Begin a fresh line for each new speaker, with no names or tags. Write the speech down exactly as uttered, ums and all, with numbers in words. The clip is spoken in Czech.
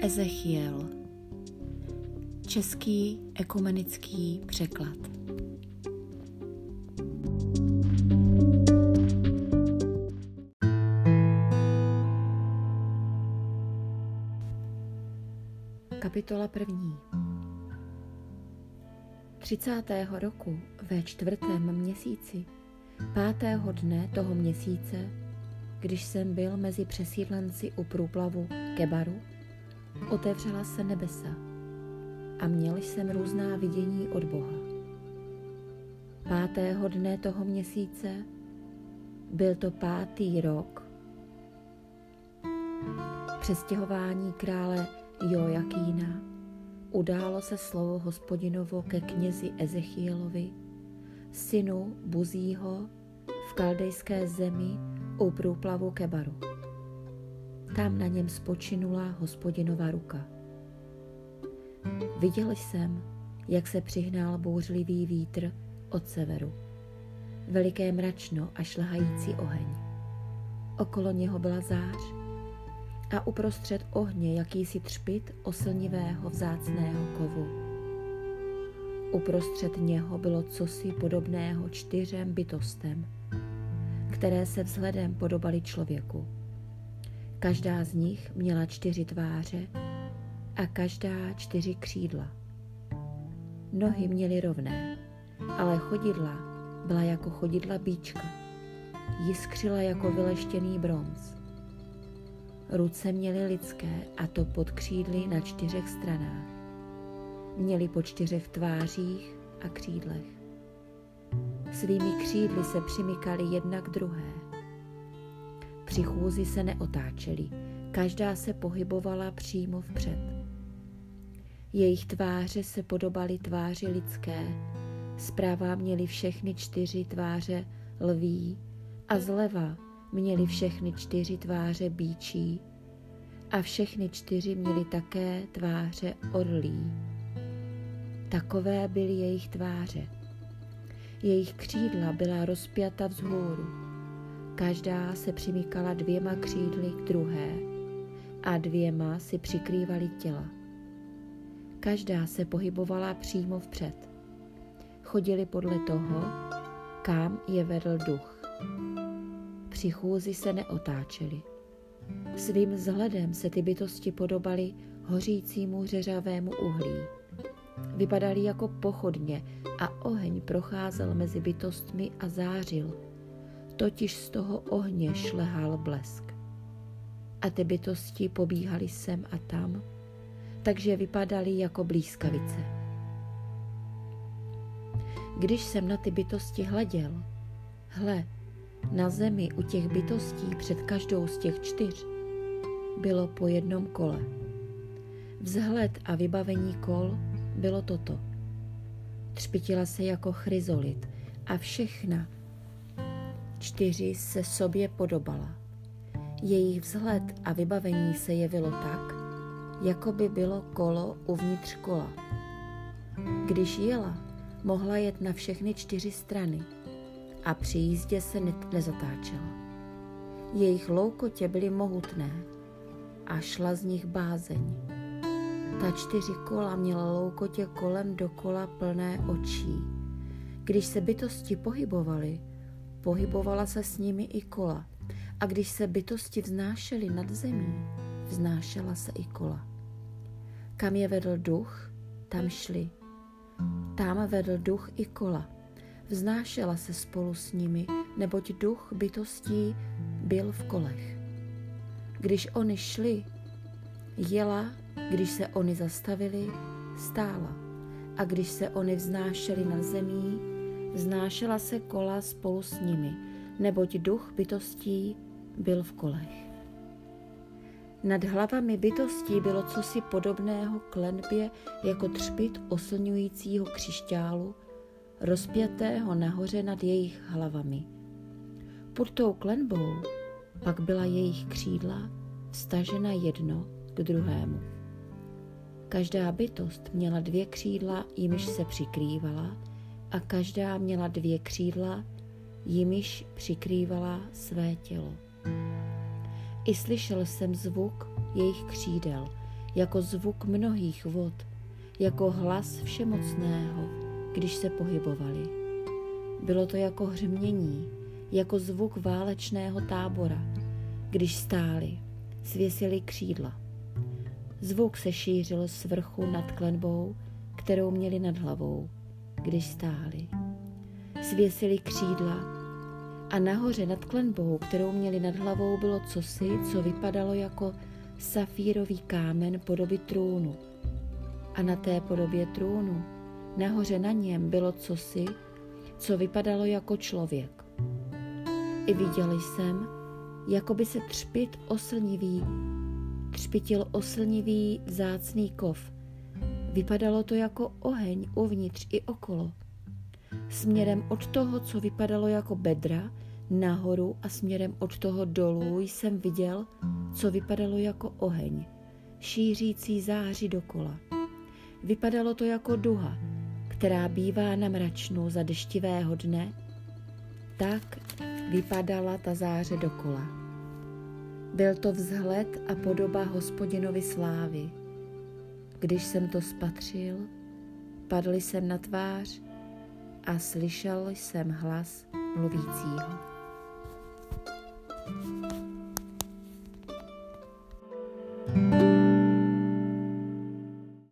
Ezechiel. Český ekumenický překlad. Kapitola první. Třicátého roku ve čtvrtém měsíci, pátého dne toho měsíce, když jsem byl mezi přesídlenci u průplavu Kebaru, otevřela se nebesa a měl jsem různá vidění od Boha. Pátého dne toho měsíce, byl to pátý rok přestěhování krále Jojakína, událo se slovo Hospodinovo ke knězi Ezechielovi, synu Buzího, v kaldejské zemi u průplavu Kebaru. Tam na něm spočinula Hospodinova ruka. Viděl jsem, jak se přihnal bouřlivý vítr od severu, veliké mračno a šlehající oheň. Okolo něho byla zář a uprostřed ohně jakýsi třpyt oslnivého vzácného kovu. Uprostřed něho bylo cosi podobného čtyřem bytostem, které se vzhledem podobaly člověku. Každá z nich měla čtyři tváře a každá čtyři křídla. Nohy měly rovné, ale chodidla byla jako chodidla býčka, jiskřila jako vyleštěný bronz. Ruce měly lidské, a to pod křídly na čtyřech stranách. Měli po čtyřech tvářích a křídlech. Svými křídly se přimykali jedna k druhé. Při chůzi se neotáčeli, každá se pohybovala přímo vpřed. Jejich tváře se podobaly tváři lidské, zprava měli všechny čtyři tváře lví a zleva měli všechny čtyři tváře býčí a všechny čtyři měli také tváře orlí. Takové byly jejich tváře. Jejich křídla byla rozpjata vzhůru. Každá se přimykala dvěma křídly k druhé a dvěma si přikrývaly těla. Každá se pohybovala přímo vpřed. Chodili podle toho, kam je vedl duch. Při chůzi se neotáčeli. Svým vzhledem se ty bytosti podobaly hořícímu řeřavému uhlí. Vypadaly jako pochodně a oheň procházel mezi bytostmi a zářil, totiž z toho ohně šlehal blesk. A ty bytosti pobíhaly sem a tam, takže vypadaly jako blýskavice. Když jsem na ty bytosti hleděl, hle, na zemi u těch bytostí před každou z těch čtyř bylo po jednom kole. Vzhled a vybavení kol bylo toto. Třpytila se jako chryzolit a všechna čtyři se sobě podobala. Jejich vzhled a vybavení se jevilo tak, jako by bylo kolo uvnitř kola. Když jela, mohla jet na všechny čtyři strany a při jízdě se nezatáčela. Jejich loukotě byly mohutné a šla z nich bázeň. Ta čtyři kola měla loukotě kolem dokola plné očí. Když se bytosti pohybovaly, pohybovala se s nimi i kola. A když se bytosti vznášely nad zemí, vznášela se i kola. Kam je vedl duch, tam šli. Tam vedl duch i kola. Vznášela se spolu s nimi, neboť duch bytostí byl v kolech. Když oni šli, jela, když se oni zastavili, stála. A když se oni vznášeli na zemí, vznášela se kola spolu s nimi, neboť duch bytostí byl v kolech. Nad hlavami bytostí bylo cosi podobného klenbě jako třpyt oslňujícího křišťálu, rozpjatého nahoře nad jejich hlavami. Pod tou klenbou pak byla jejich křídla vstažena jedno k druhému. Každá bytost měla dvě křídla, jimiž se přikrývala, a každá měla dvě křídla, jimiž přikrývala své tělo. I slyšel jsem zvuk jejich křídel, jako zvuk mnohých vod, jako hlas všemocného, když se pohybovali. Bylo to jako hřmění, jako zvuk válečného tábora, když stáli, svěsili křídla. Zvuk se šířil z vrchu nad klenbou, kterou měli nad hlavou, když stáli. Svěsili křídla a nahoře nad klenbou, kterou měli nad hlavou, bylo cosi, co vypadalo jako safírový kámen podoby trůnu. A na té podobě trůnu, nahoře na něm, bylo cosi, co vypadalo jako člověk. I viděl jsem, jako by se třpit oslnivý, třpitil oslnivý vzácný kov. Vypadalo to jako oheň uvnitř i okolo. Směrem od toho, co vypadalo jako bedra, nahoru a směrem od toho dolů jsem viděl, co vypadalo jako oheň, šířící záři dokola. Vypadalo to jako duha, která bývá na mračnu za deštivého dne, tak vypadala ta záře dokola. Byl to vzhled a podoba Hospodinovy slávy. Když jsem to spatřil, padl jsem na tvář a slyšel jsem hlas mluvícího.